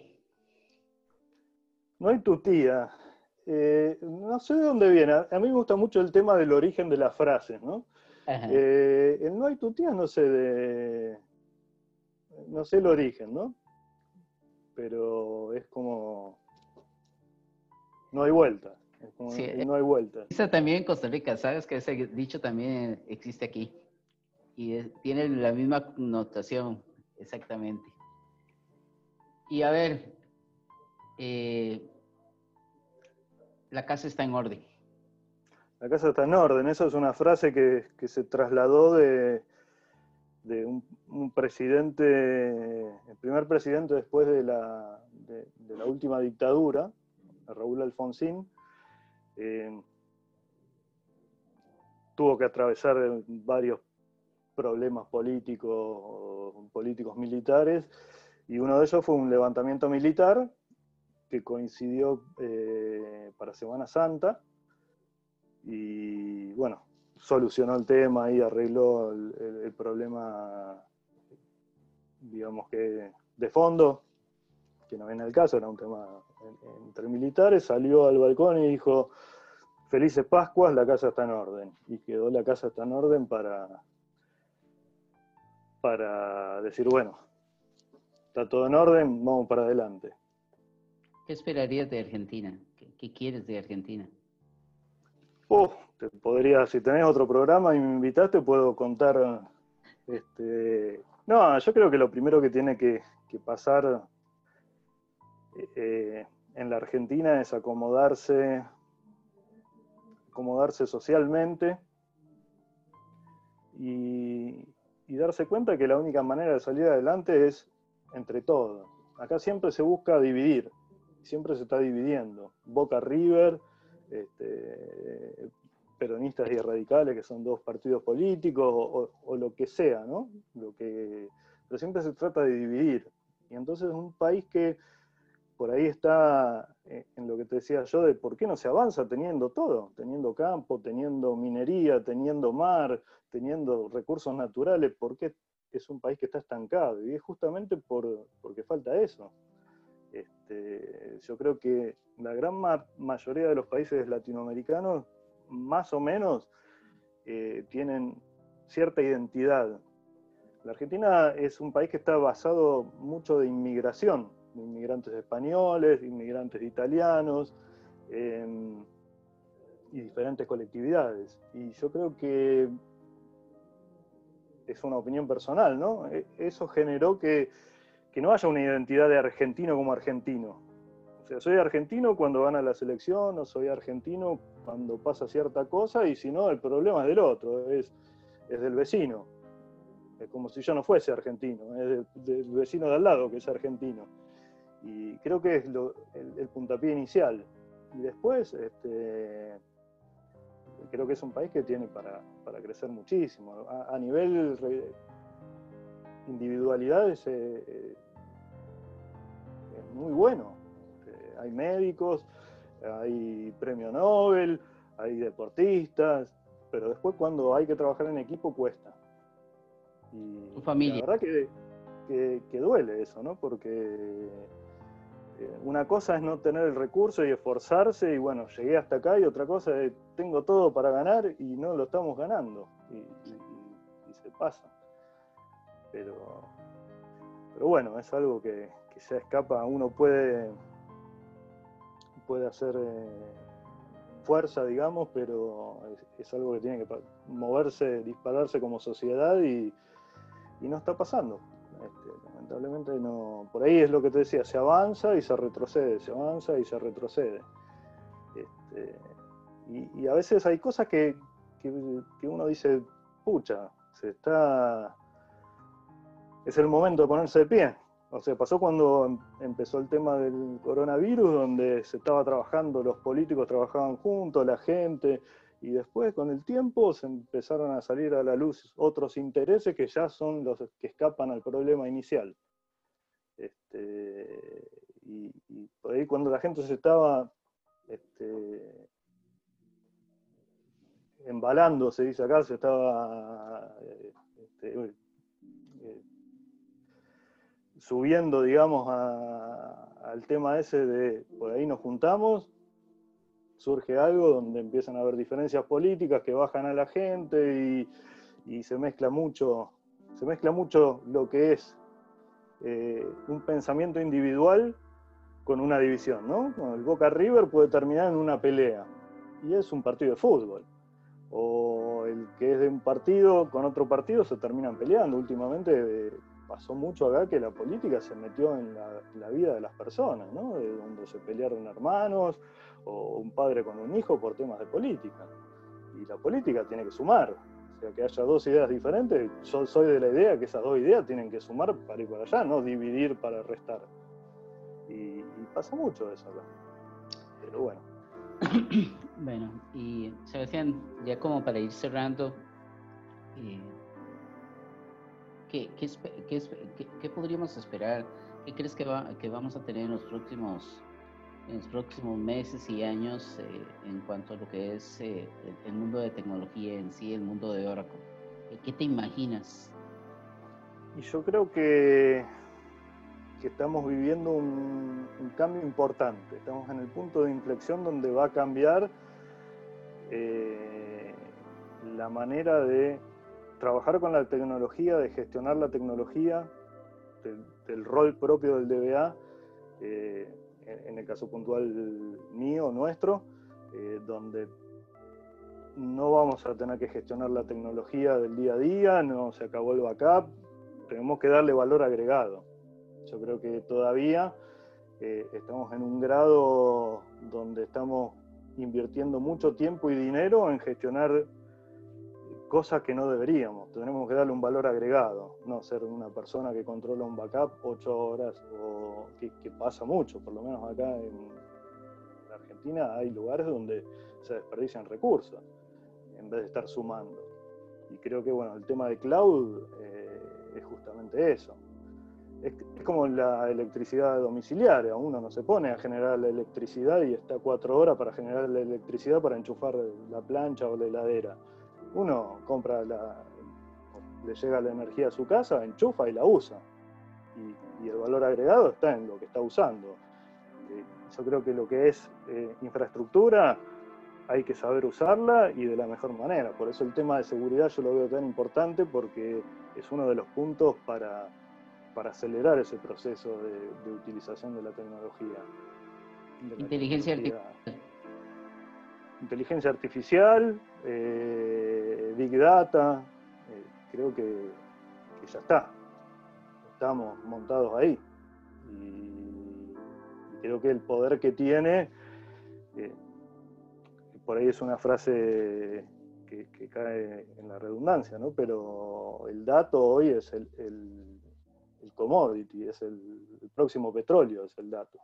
No hay tu tía. Eh, no sé de dónde viene. A, a mí me gusta mucho el tema del origen de las frases, ¿no? Ajá. Eh, el no hay tu tía, no sé de. No sé el origen, ¿no? Pero es como. No hay vuelta. Es como Sí, el no hay vuelta. existe también en Costa Rica, ¿sabes? Que ese dicho también existe aquí. Y es- tiene la misma connotación, exactamente. Y a ver, eh, la casa está en orden. La casa está en orden. Eso es una frase que, que se trasladó de, de un, un presidente, el primer presidente después de la, de, de la última dictadura, Raúl Alfonsín. Eh, tuvo que atravesar varios problemas políticos, políticos militares, y uno de ellos fue un levantamiento militar que coincidió eh, para Semana Santa, y bueno, solucionó el tema y arregló el, el, el problema, digamos que de fondo, que no viene al caso, era un tema entre militares. Salió al balcón y dijo: Felices Pascuas, la casa está en orden. Y quedó la casa está en orden para, para decir, bueno, está todo en orden, vamos para adelante. ¿Qué esperarías de Argentina? ¿Qué, qué quieres de Argentina? Oh, te podría, si tenés otro programa y me invitaste, puedo contar. Este, no, yo creo que lo primero que tiene que, que pasar eh, en la Argentina es acomodarse, acomodarse socialmente y, y darse cuenta que la única manera de salir adelante es entre todos. Acá siempre se busca dividir, siempre se está dividiendo. Boca River, este, peronistas y radicales, que son dos partidos políticos, o, o, lo que sea, ¿no? Lo que, pero siempre se trata de dividir. Y entonces un país que por ahí está en lo que te decía yo, de por qué no se avanza teniendo todo, teniendo campo, teniendo minería, teniendo mar, teniendo recursos naturales. ¿Por qué es un país que está estancado? Y es justamente por, porque falta eso. Este, yo creo que la gran ma mayoría de los países latinoamericanos, más o menos, eh, tienen cierta identidad. La Argentina es un país que está basado mucho de inmigración, de inmigrantes españoles, de inmigrantes italianos, eh, y diferentes colectividades. Y yo creo que es una opinión personal, ¿no? Eso generó que, que no haya una identidad de argentino como argentino. O sea, soy argentino cuando gana la selección, o soy argentino cuando pasa cierta cosa, y si no, el problema es del otro, es, es del vecino. Es como si yo no fuese argentino, es del, del vecino de al lado que es argentino. Y creo que es lo, el, el puntapié inicial. Y después, este, creo que es un país que tiene para, para crecer muchísimo. A, a nivel re, individualidades eh, eh, es muy bueno. Eh, hay médicos, hay premio Nobel, hay deportistas, pero después cuando hay que trabajar en equipo cuesta. Y, Tu y la familia. verdad que, que, que duele eso, ¿no? Porque una cosa es no tener el recurso y esforzarse, y bueno, llegué hasta acá, y otra cosa es tengo todo para ganar y no lo estamos ganando, y, y, y se pasa. Pero, pero bueno, es algo que, que se escapa. Uno puede, puede hacer eh, fuerza, digamos, pero es, es algo que tiene que moverse, dispararse como sociedad, y, y no está pasando. Este, lamentablemente no. Por ahí es lo que te decía, se avanza y se retrocede, se avanza y se retrocede. Este, y, y a veces hay cosas que, que, que uno dice, pucha, se está, es el momento de ponerse de pie. O sea, pasó cuando empezó el tema del coronavirus, donde se estaba trabajando, los políticos trabajaban juntos, la gente, y después con el tiempo se empezaron a salir a la luz otros intereses que ya son los que escapan al problema inicial. Este, y, y por ahí cuando la gente se estaba este, embalando, se dice acá, se estaba este, eh, subiendo, digamos, a, al tema ese de por ahí nos juntamos, surge algo donde empiezan a haber diferencias políticas que bajan a la gente y, y se mezcla mucho, se mezcla mucho lo que es eh, un pensamiento individual con una división, ¿no? Bueno, el Boca River puede terminar en una pelea y es un partido de fútbol. O el que es de un partido con otro partido se terminan peleando. Últimamente eh, pasó mucho acá que la política se metió en la, la vida de las personas, ¿no? De donde se pelearon hermanos o un padre con un hijo por temas de política. Y la política tiene que sumar. O sea, que haya dos ideas diferentes, yo soy de la idea que esas dos ideas tienen que sumar para ir para allá, no dividir para restar. Y, y pasa mucho eso acá. Pero bueno. Bueno, y Sebastián, ya como para ir cerrando, eh, ¿qué, qué, qué, qué, ¿qué podríamos esperar? ¿Qué crees que, va, que vamos a tener en los próximos, en los próximos meses y años eh, en cuanto a lo que es eh, el, el mundo de tecnología en sí, el mundo de Oracle? ¿Qué te imaginas? Y yo creo que, que estamos viviendo un, un cambio importante. Estamos en el punto de inflexión donde va a cambiar eh, la manera de trabajar con la tecnología, de gestionar la tecnología, del, del rol propio del D B A, eh, en, en el caso puntual mío, nuestro, eh, donde no vamos a tener que gestionar la tecnología del día a día, no se acabó el backup, tenemos que darle valor agregado. Yo creo que todavía eh, estamos en un grado donde estamos invirtiendo mucho tiempo y dinero en gestionar cosas que no deberíamos. Tenemos que darle un valor agregado, no ser una persona que controla un backup ocho horas, o que, que pasa mucho, por lo menos acá en la Argentina hay lugares donde se desperdician recursos en vez de estar sumando. Y creo que bueno, el tema de cloud eh, es justamente eso. Es, es como la electricidad domiciliaria, uno no se pone a generar la electricidad y está cuatro horas para generar la electricidad para enchufar la plancha o la heladera. Uno compra la, le llega la energía a su casa, enchufa y la usa. Y, y el valor agregado está en lo que está usando. Eh, yo creo que lo que es eh, infraestructura hay que saber usarla y de la mejor manera. Por eso el tema de seguridad yo lo veo tan importante, porque es uno de los puntos para, para acelerar ese proceso de, de utilización de la tecnología. De la Inteligencia tecnología. artificial. Inteligencia artificial, eh, Big Data, eh, creo que, que ya está. Estamos montados ahí. Y, y creo que el poder que tiene, eh, por ahí es una frase que, que cae en la redundancia, ¿no? Pero el dato hoy es el, el, el commodity, es el, el próximo petróleo, es el dato.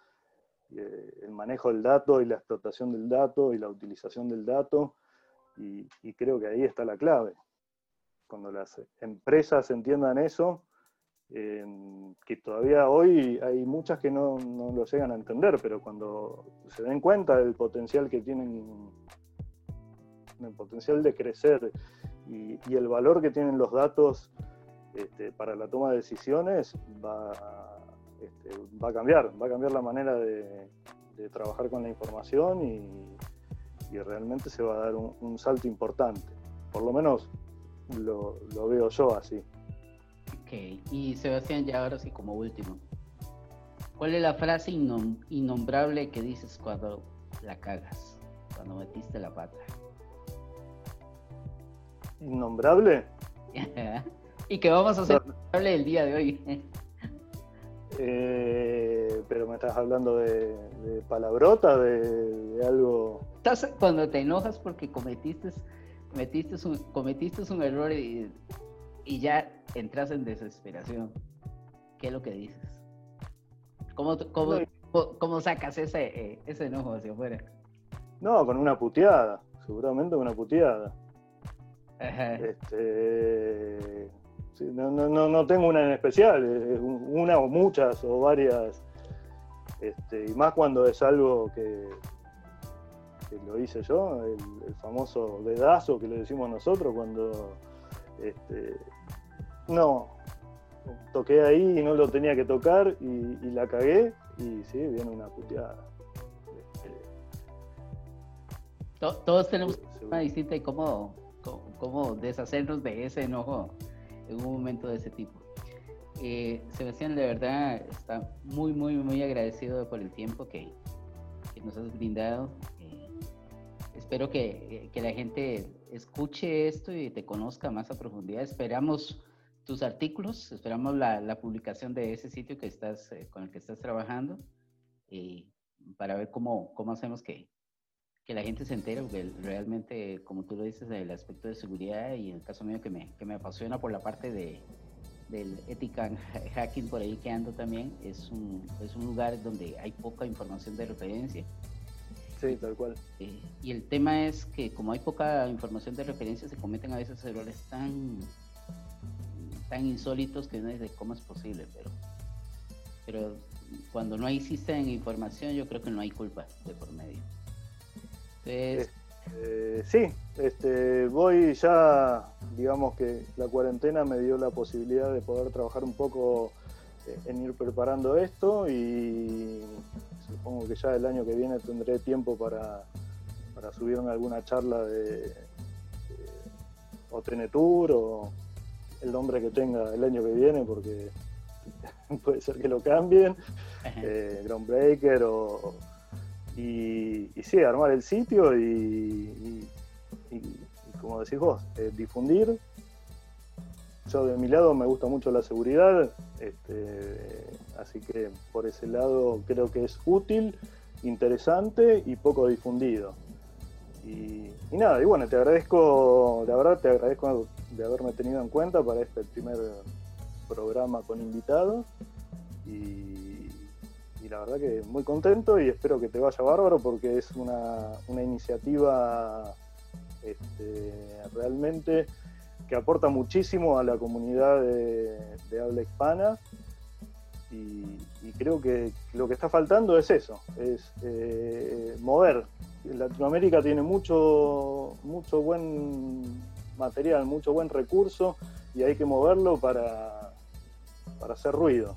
El manejo del dato y la explotación del dato y la utilización del dato, y, y creo que ahí está la clave. Cuando las empresas entiendan eso, eh, que todavía hoy hay muchas que no, no lo llegan a entender, pero cuando se den cuenta del potencial que tienen, el potencial de crecer y, y el valor que tienen los datos este, para la toma de decisiones, va a Este, va a cambiar, va a cambiar la manera de, de trabajar con la información y, y realmente se va a dar un, un salto importante. Por lo menos lo, lo veo yo así. Ok, y Sebastián, ya ahora sí como último, ¿cuál es la frase innom- innombrable que dices cuando la cagas, cuando metiste la pata? ¿Innombrable? Y que vamos a hacer innombrable el día de hoy. Eh, pero me estás hablando de, de palabrota, de, de algo... Estás cuando te enojas porque cometiste, cometiste, un, cometiste un error y, y ya entras en desesperación. ¿Qué es lo que dices? ¿Cómo, cómo, no, cómo, cómo sacas ese, eh, ese enojo hacia afuera? No, con una puteada, seguramente una puteada. Ajá. Este... Sí, no, no, no tengo una en especial, una o muchas o varias, este, y más cuando es algo que, que lo hice yo, el, el famoso dedazo que le decimos nosotros cuando este, no, toqué ahí y no lo tenía que tocar y, y la cagué y sí, viene una puteada. Este, Todos tenemos una distinta de cómo, cómo, cómo deshacernos de ese enojo en un momento de ese tipo. Eh, Sebastián, de verdad está muy, muy, muy agradecido por el tiempo que, que nos has brindado. Eh, espero que, que la gente escuche esto y te conozca más a profundidad. Esperamos tus artículos, esperamos la, la publicación de ese sitio que estás, eh, con el que estás trabajando, eh, para ver cómo, cómo hacemos que, que la gente se entere, porque realmente, como tú lo dices, el aspecto de seguridad y en el caso mío que me, que me apasiona por la parte de del ethical hacking por ahí que ando también, es un, es un lugar donde hay poca información de referencia. Sí, tal cual. Eh, y el tema es que como hay poca información de referencia, se cometen a veces errores tan, tan insólitos que uno dice, ¿cómo es posible? Pero, pero cuando no existe información, yo creo que no hay culpa de por medio. Entonces... Eh, sí, este, voy ya, digamos que la cuarentena me dio la posibilidad de poder trabajar un poco eh, en ir preparando esto y supongo que ya el año que viene tendré tiempo para, para subirme alguna charla de, de o T N Tour o el nombre que tenga el año que viene, porque puede ser que lo cambien, eh, Groundbreaker o... Y, y sí, armar el sitio y, y, y, y como decís vos, eh, difundir. Yo de mi lado me gusta mucho la seguridad, este, así que por ese lado creo que es útil, interesante y poco difundido. Y, y nada, y bueno, te agradezco, la verdad te agradezco de haberme tenido en cuenta para este primer programa con invitados. Y, y la verdad que muy contento y espero que te vaya bárbaro porque es una, una iniciativa este, realmente que aporta muchísimo a la comunidad de, de habla hispana y, y creo que lo que está faltando es eso, es eh, mover. Latinoamérica tiene mucho, mucho buen material, mucho buen recurso y hay que moverlo para, para hacer ruido.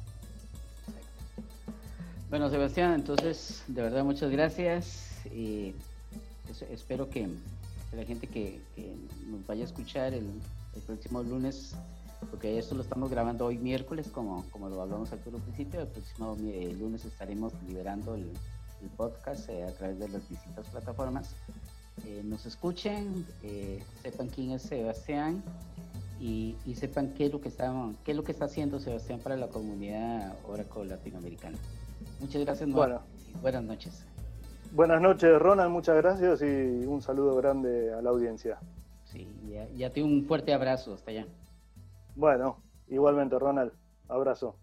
Bueno, Sebastián, entonces, de verdad, muchas gracias y pues, espero que, que la gente que, que nos vaya a escuchar el, el próximo lunes, porque esto lo estamos grabando hoy miércoles, como, como lo hablamos al principio, el próximo eh, lunes estaremos liberando el, el podcast eh, a través de las distintas plataformas. Eh, nos escuchen, eh, sepan quién es Sebastián y, y sepan qué es, lo que está, qué es lo que está haciendo Sebastián para la comunidad Oracle latinoamericana. Muchas gracias, bueno. Y buenas noches. Buenas noches, Ronald, muchas gracias y un saludo grande a la audiencia. Sí, ya, ya te un fuerte abrazo, hasta allá. Bueno, igualmente, Ronald, abrazo.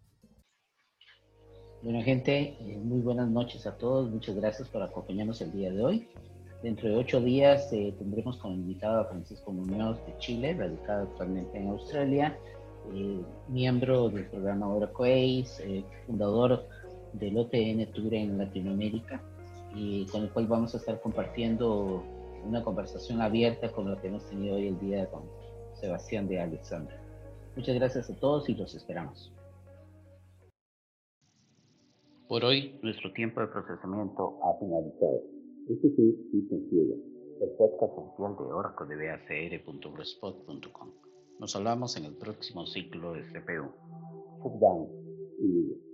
Bueno, gente, eh, muy buenas noches a todos, muchas gracias por acompañarnos el día de hoy. Dentro de ocho días eh, tendremos como invitado a Francisco Muñoz de Chile, radicado actualmente en Australia, eh, miembro del programa Oracle Ace, eh, fundador del O T N Tour en Latinoamérica, y con el cual vamos a estar compartiendo una conversación abierta con lo que hemos tenido hoy el día con Sebastián de Alexandra. Muchas gracias a todos y los esperamos. Por hoy, nuestro tiempo de procesamiento ha finalizado. Este sí, sí, sencillo. El podcast oficial de Oracle de B A C R punto blogspot punto com. Nos hablamos en el próximo ciclo de C P U. Sit down y